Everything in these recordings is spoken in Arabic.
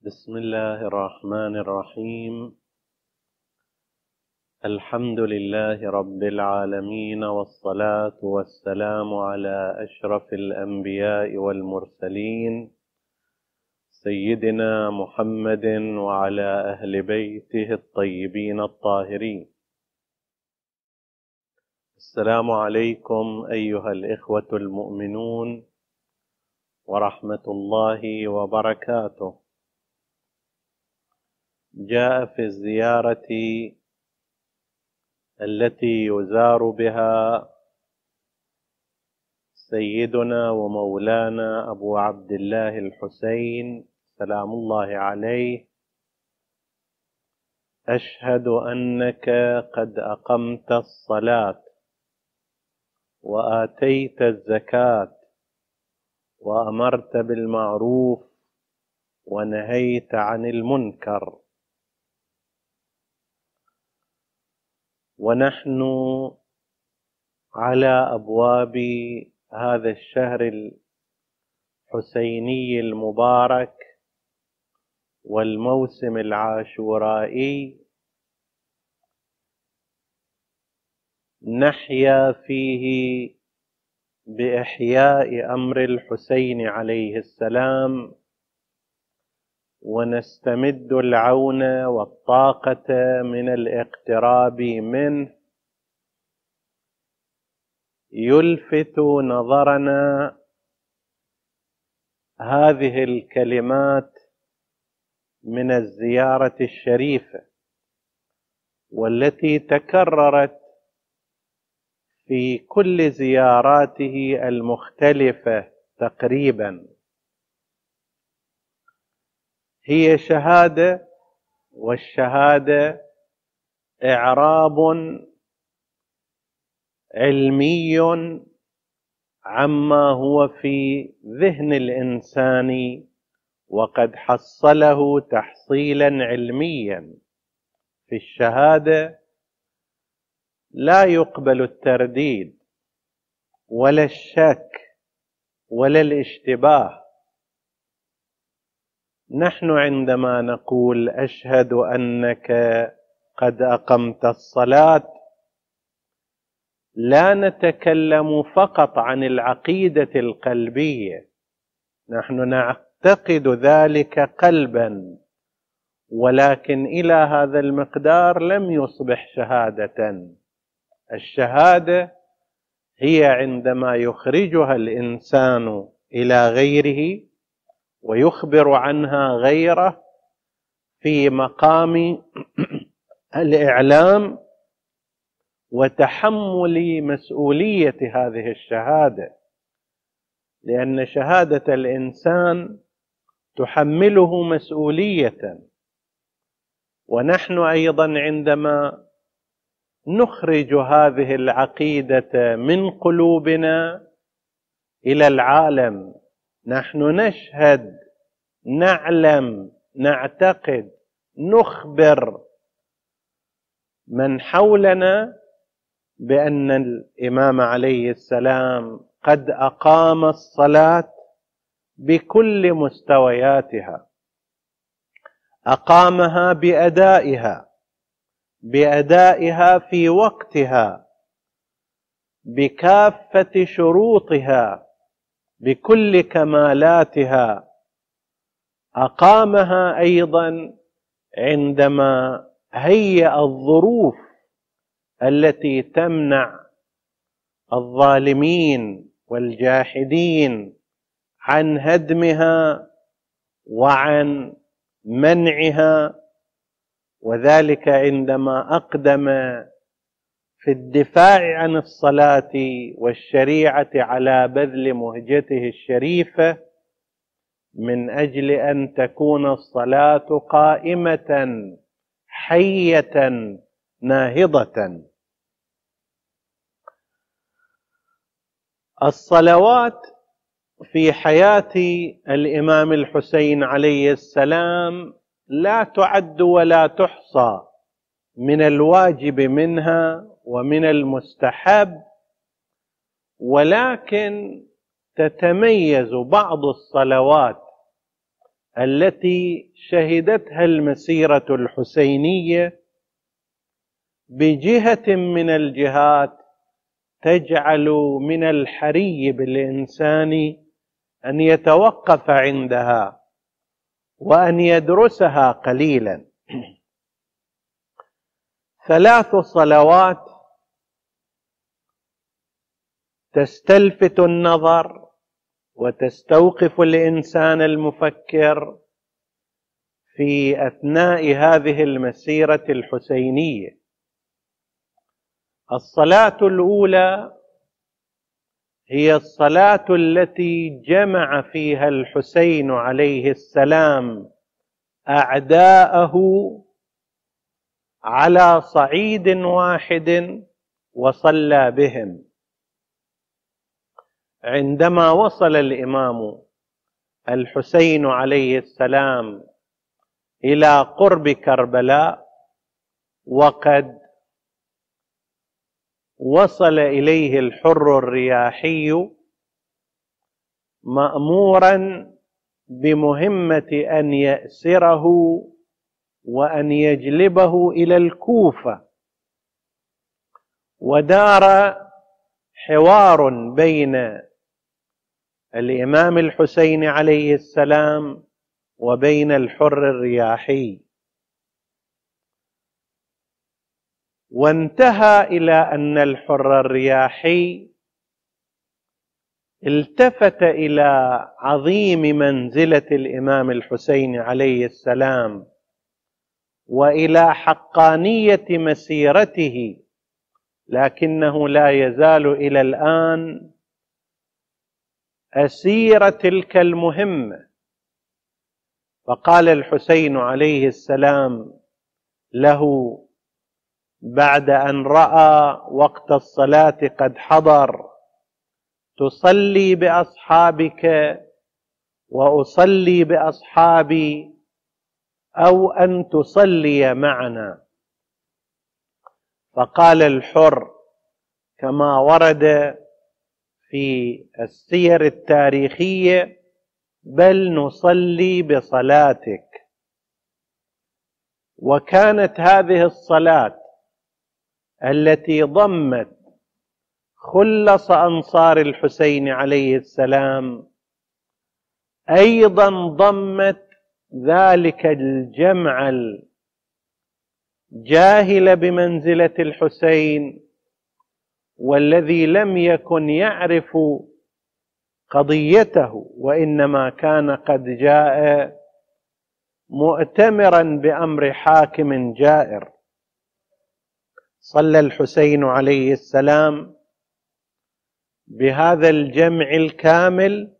بسم الله الرحمن الرحيم. الحمد لله رب العالمين، والصلاة والسلام على أشرف الأنبياء والمرسلين سيدنا محمد وعلى أهل بيته الطيبين الطاهرين. السلام عليكم أيها الإخوة المؤمنون ورحمة الله وبركاته. جاء في الزيارة التي يزار بها سيدنا ومولانا أبو عبد الله الحسين سلام الله عليه: أشهد أنك قد أقمت الصلاة وآتيت الزكاة وأمرت بالمعروف ونهيت عن المنكر، ونحن على أبواب هذا الشهر الحسيني المبارك والموسم العاشورائي، نحيا فيه بإحياء أمر الحسين عليه السلام، ونستمد العون والطاقة من الاقتراب منه. يلفت نظرنا هذه الكلمات من الزيارة الشريفة، والتي تكررت في كل زياراته المختلفة تقريبا. هي شهادة، والشهادة إعراب علمي عما هو في ذهن الإنسان، وقد حصله تحصيلا علميا. في الشهادة لا يقبل الترديد ولا الشك ولا الاشتباه. نحن عندما نقول أشهد أنك قد أقمت الصلاة، لا نتكلم فقط عن العقيدة القلبية، نحن نعتقد ذلك قلبا، ولكن إلى هذا المقدار لم يصبح شهادة. الشهادة هي عندما يخرجها الإنسان إلى غيره ويخبر عنها غيره في مقام الإعلام وتحمل مسؤولية هذه الشهادة، لأن شهادة الإنسان تحمله مسؤولية. ونحن أيضا عندما نخرج هذه العقيدة من قلوبنا إلى العالم، نحن نشهد، نعلم، نعتقد، نخبر من حولنا بأن الإمام عليه السلام قد أقام الصلاة بكل مستوياتها، أقامها بأدائها في وقتها، بكافة شروطها، بكل كمالاتها. أقامها أيضا عندما هيأ الظروف التي تمنع الظالمين والجاحدين عن هدمها وعن منعها، وذلك عندما أقدم في الدفاع عن الصلاة والشريعة على بذل مهجته الشريفة من أجل أن تكون الصلاة قائمة حية ناهضة. الصلوات في حياة الإمام الحسين عليه السلام لا تعد ولا تحصى، من الواجب منها ومن المستحب، ولكن تتميز بعض الصلوات التي شهدتها المسيرة الحسينية بجهة من الجهات تجعل من الحري بالإنسان أن يتوقف عندها وأن يدرسها قليلا. 3 صلوات تستلفت النظر وتستوقف الإنسان المفكر في أثناء هذه المسيرة الحسينية. الصلاة الأولى هي الصلاة التي جمع فيها الحسين عليه السلام أعداءه على صعيد واحد وصلى بهم. عندما وصل الإمام الحسين عليه السلام إلى قرب كربلاء وقد وصل إليه الحر الرياحي مأمورا بمهمة أن يأسره وأن يجلبه إلى الكوفة، ودار حوار بين الإمام الحسين عليه السلام وبين الحر الرياحي، وانتهى إلى أن الحر الرياحي التفت إلى عظيم منزلة الإمام الحسين عليه السلام وإلى حقانية مسيرته، لكنه لا يزال إلى الآن أسير تلك المهمة. فقال الحسين عليه السلام له بعد أن رأى وقت الصلاة قد حضر: تصلي بأصحابك وأصلي بأصحابي أو أن تصلي معنا؟ فقال الحر كما ورد في السير التاريخية: بل نصلي بصلاتك. وكانت هذه الصلاة التي ضمت خلص أنصار الحسين عليه السلام أيضا ضمت ذلك الجمع الجاهل بمنزلة الحسين والذي لم يكن يعرف قضيته، وإنما كان قد جاء مؤتمرا بأمر حاكم جائر. صلى الحسين عليه السلام بهذا الجمع الكامل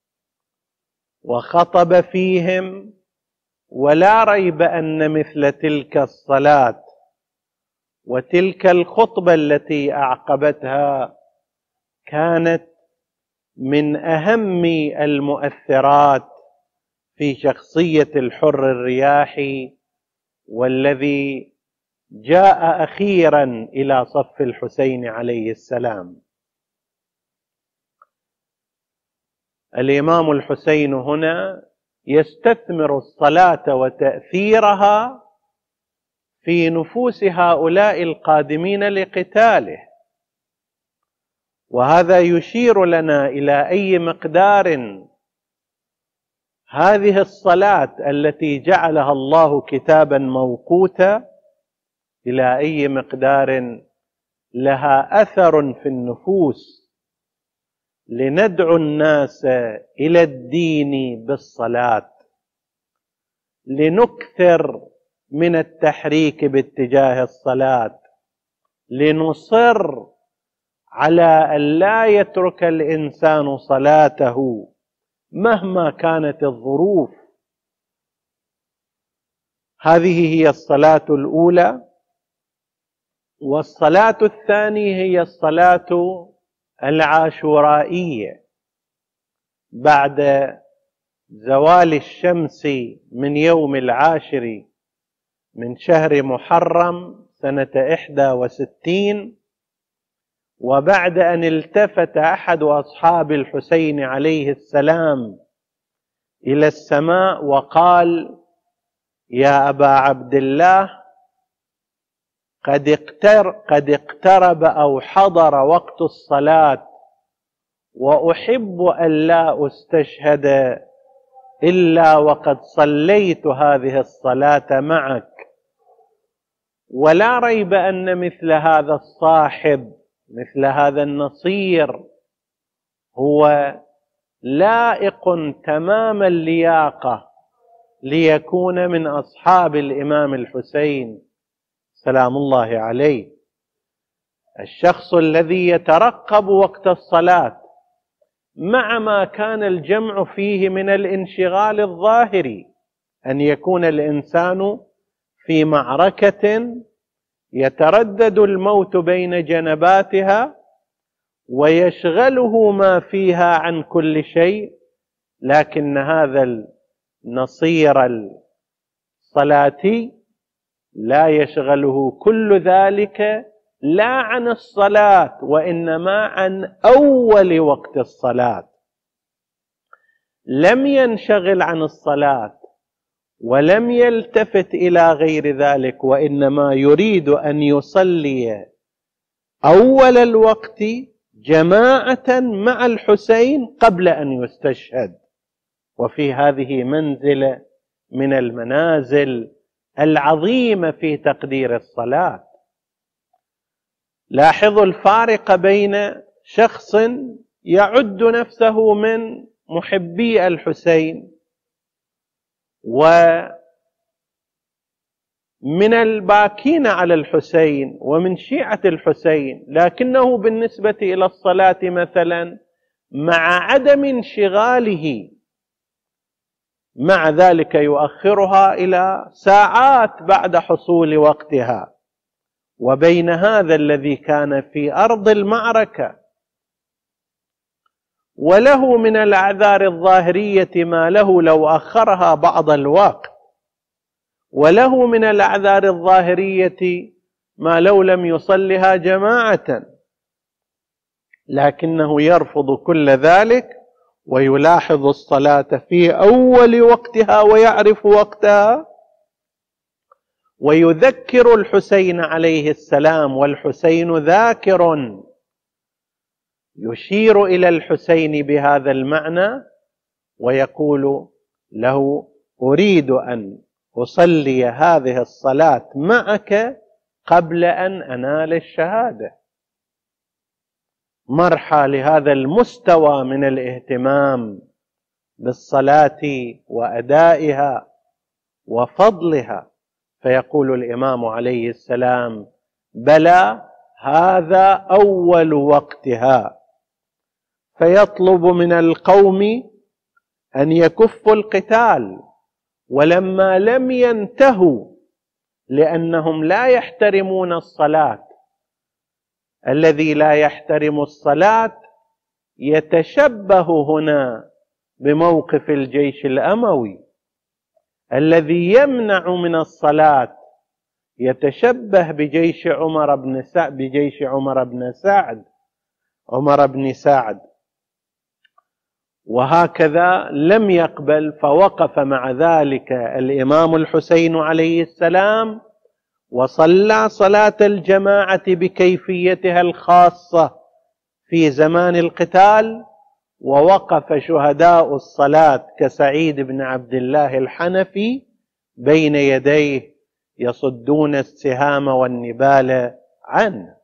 وخطب فيهم، ولا ريب أن مثل تلك الصلاة وتلك الخطبة التي أعقبتها كانت من أهم المؤثرات في شخصية الحر الرياحي، والذي جاء أخيرا إلى صف الحسين عليه السلام. الإمام الحسين هنا يستثمر الصلاة وتأثيرها في نفوس هؤلاء القادمين لقتاله، وهذا يشير لنا إلى أي مقدار هذه الصلاة التي جعلها الله كتابا موقوتا، إلى أي مقدار لها أثر في النفوس، لندعو الناس إلى الدين بالصلاة، لنكثر من التحريك باتجاه الصلاة، لنصر على أن لا يترك الإنسان صلاته مهما كانت الظروف. هذه هي الصلاة الأولى. والصلاة الثانية هي الصلاة العاشورائية بعد زوال الشمس من يوم 10 من شهر محرم سنة 61، وبعد أن التفت أحد أصحاب الحسين عليه السلام إلى السماء وقال: يا أبا عبد الله، قد اقترب أو حضر وقت الصلاة، وأحب أن لا أستشهد إلا وقد صليت هذه الصلاة معك. ولا ريب أن مثل هذا الصاحب، مثل هذا النصير، هو لائق تمام اللياقة ليكون من أصحاب الإمام الحسين سلام الله عليه، الشخص الذي يترقب وقت الصلاة مع ما كان الجمع فيه من الانشغال الظاهري، أن يكون الإنسان في معركة يتردد الموت بين جنباتها ويشغله ما فيها عن كل شيء، لكن هذا النصير الصلاتي لا يشغله كل ذلك لا عن الصلاة، وإنما عن أول وقت الصلاة. لم ينشغل عن الصلاة ولم يلتفت إلى غير ذلك، وإنما يريد أن يصلي أول الوقت جماعة مع الحسين قبل أن يستشهد. وفي هذه منزلة من المنازل العظيمة في تقدير الصلاة. لاحظوا الفارق بين شخص يعد نفسه من محبي الحسين ومن الباكين على الحسين ومن شيعة الحسين، لكنه بالنسبة إلى الصلاة مثلا مع عدم انشغاله مع ذلك يؤخرها إلى ساعات بعد حصول وقتها. وبين هذا الذي كان في أرض المعركة وله من الأعذار الظاهرية ما له لو أخرها بعض الوقت، وله من الأعذار الظاهرية ما لو لم يصلها جماعة، لكنه يرفض كل ذلك ويلاحظ الصلاة في أول وقتها ويعرف وقتها، ويذكر الحسين عليه السلام، والحسين ذاكر، يشير إلى الحسين بهذا المعنى ويقول له: أريد أن أصلي هذه الصلاة معك قبل أن أنال الشهادة. مرحى لهذا المستوى من الاهتمام بالصلاة وأدائها وفضلها. فيقول الإمام عليه السلام: بلى، هذا أول وقتها. فيطلب من القوم أن يكفوا القتال، ولما لم ينتهوا لأنهم لا يحترمون الصلاة، الذي لا يحترم الصلاة يتشبه هنا بموقف الجيش الأموي الذي يمنع من الصلاة، يتشبه بجيش عمر بن سعد، وهكذا لم يقبل. فوقف مع ذلك الإمام الحسين عليه السلام وصلى صلاة الجماعة بكيفيتها الخاصة في زمان القتال، ووقف شهداء الصلاة كسعيد بن عبد الله الحنفي بين يديه يصدون السهام والنبال عنه.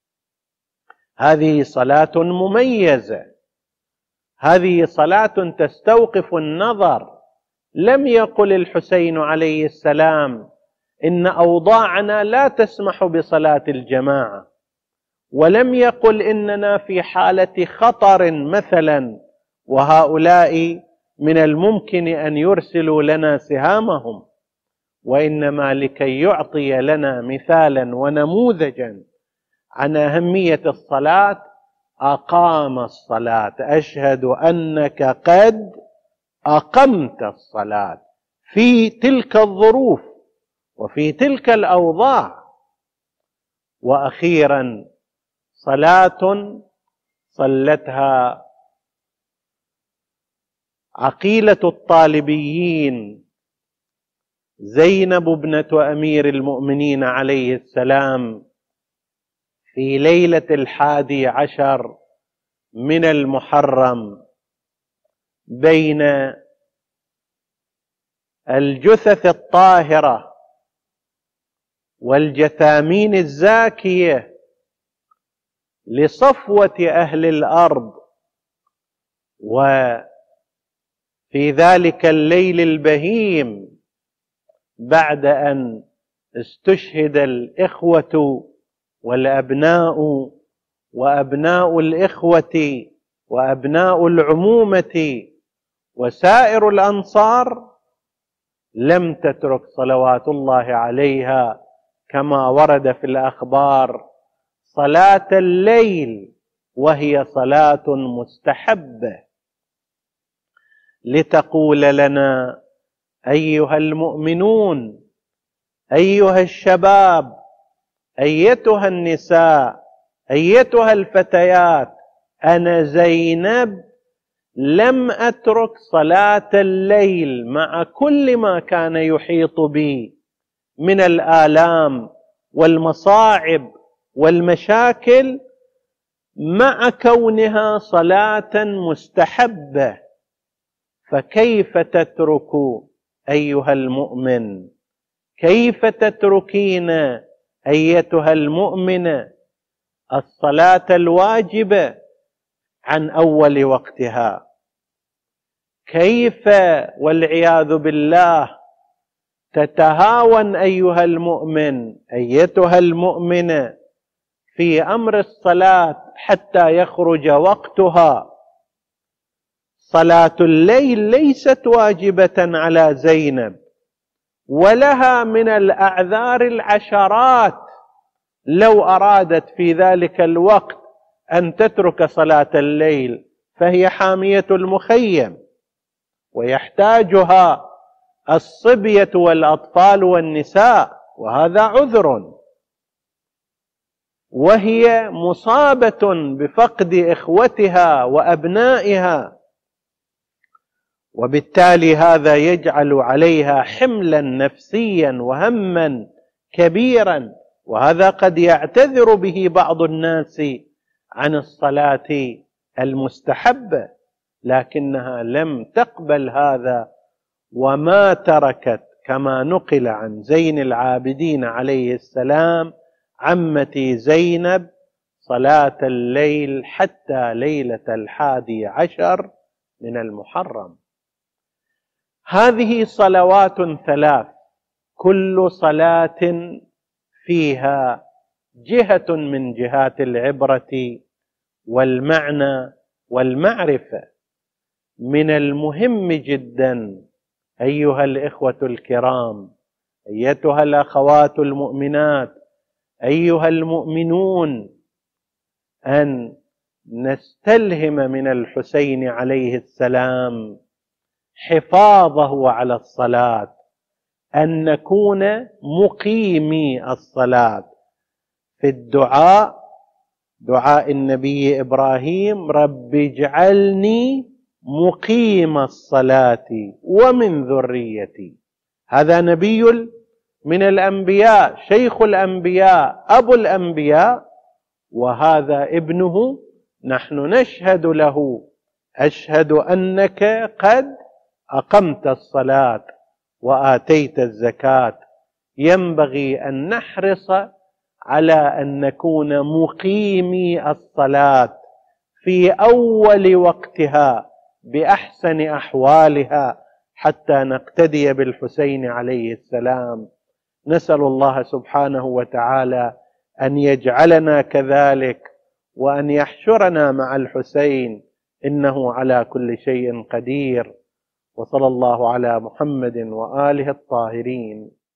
هذه صلاة مميزة، هذه صلاة تستوقف النظر. لم يقل الحسين عليه السلام إن أوضاعنا لا تسمح بصلاة الجماعة، ولم يقل إننا في حالة خطر مثلا وهؤلاء من الممكن أن يرسلوا لنا سهامهم، وإنما لكي يعطي لنا مثالا ونموذجا عن أهمية الصلاة أقام الصلاة: أشهد أنك قد أقمت الصلاة في تلك الظروف وفي تلك الأوضاع. وأخيرا صلاة صلتها عقيلة الطالبيين زينب ابنة أمير المؤمنين عليه السلام في ليلة 11 من المحرم بين الجثث الطاهرة والجثامين الزاكية لصفوة أهل الأرض، وفي ذلك الليل البهيم بعد أن استشهد الإخوة والأبناء وأبناء الإخوة وأبناء العمومة وسائر الأنصار، لم تترك صلوات الله عليها كما ورد في الأخبار صلاة الليل، وهي صلاة مستحبة، لتقول لنا أيها المؤمنون، أيها الشباب، أيتها النساء، أيتها الفتيات، أنا زينب لم أترك صلاة الليل مع كل ما كان يحيط بي من الآلام والمصاعب والمشاكل، مع كونها صلاة مستحبة. فكيف تترك أيها المؤمن، كيف تتركين أيتها المؤمنة الصلاة الواجبة عن أول وقتها؟ كيف والعياذ بالله تتهاون أيها المؤمن أيتها المؤمنة في أمر الصلاة حتى يخرج وقتها؟ صلاة الليل ليست واجبة على زينب، ولها من الأعذار العشرات لو أرادت في ذلك الوقت أن تترك صلاة الليل، فهي حامية المخيم ويحتاجها الصبية والأطفال والنساء، وهذا عذر، وهي مصابة بفقد إخوتها وأبنائها، وبالتالي هذا يجعل عليها حملا نفسيا وهما كبيرا، وهذا قد يعتذر به بعض الناس عن الصلاة المستحبة، لكنها لم تقبل هذا، وما تركت كما نقل عن زين العابدين عليه السلام عمتي زينب صلاة الليل حتى ليلة 11 من المحرم. هذه صلوات 3، كل صلاة فيها جهة من جهات العبرة والمعنى والمعرفة. من المهم جدا أيها الإخوة الكرام، أيتها الأخوات المؤمنات، أيها المؤمنون، أن نستلهم من الحسين عليه السلام حفاظه على الصلاة، أن نكون مقيمي الصلاة. في الدعاء، دعاء النبي إبراهيم: رب اجعلني مقيم الصلاة ومن ذريتي. هذا نبي من الأنبياء، شيخ الأنبياء، أبو الأنبياء، وهذا ابنه. نحن نشهد له: أشهد أنك قد أقمت الصلاة وآتيت الزكاة. ينبغي أن نحرص على أن نكون مقيمي الصلاة في أول وقتها بأحسن أحوالها، حتى نقتدي بالحسين عليه السلام. نسأل الله سبحانه وتعالى أن يجعلنا كذلك، وأن يحشرنا مع الحسين، إنه على كل شيء قدير. وصلى الله على محمد وآله الطاهرين.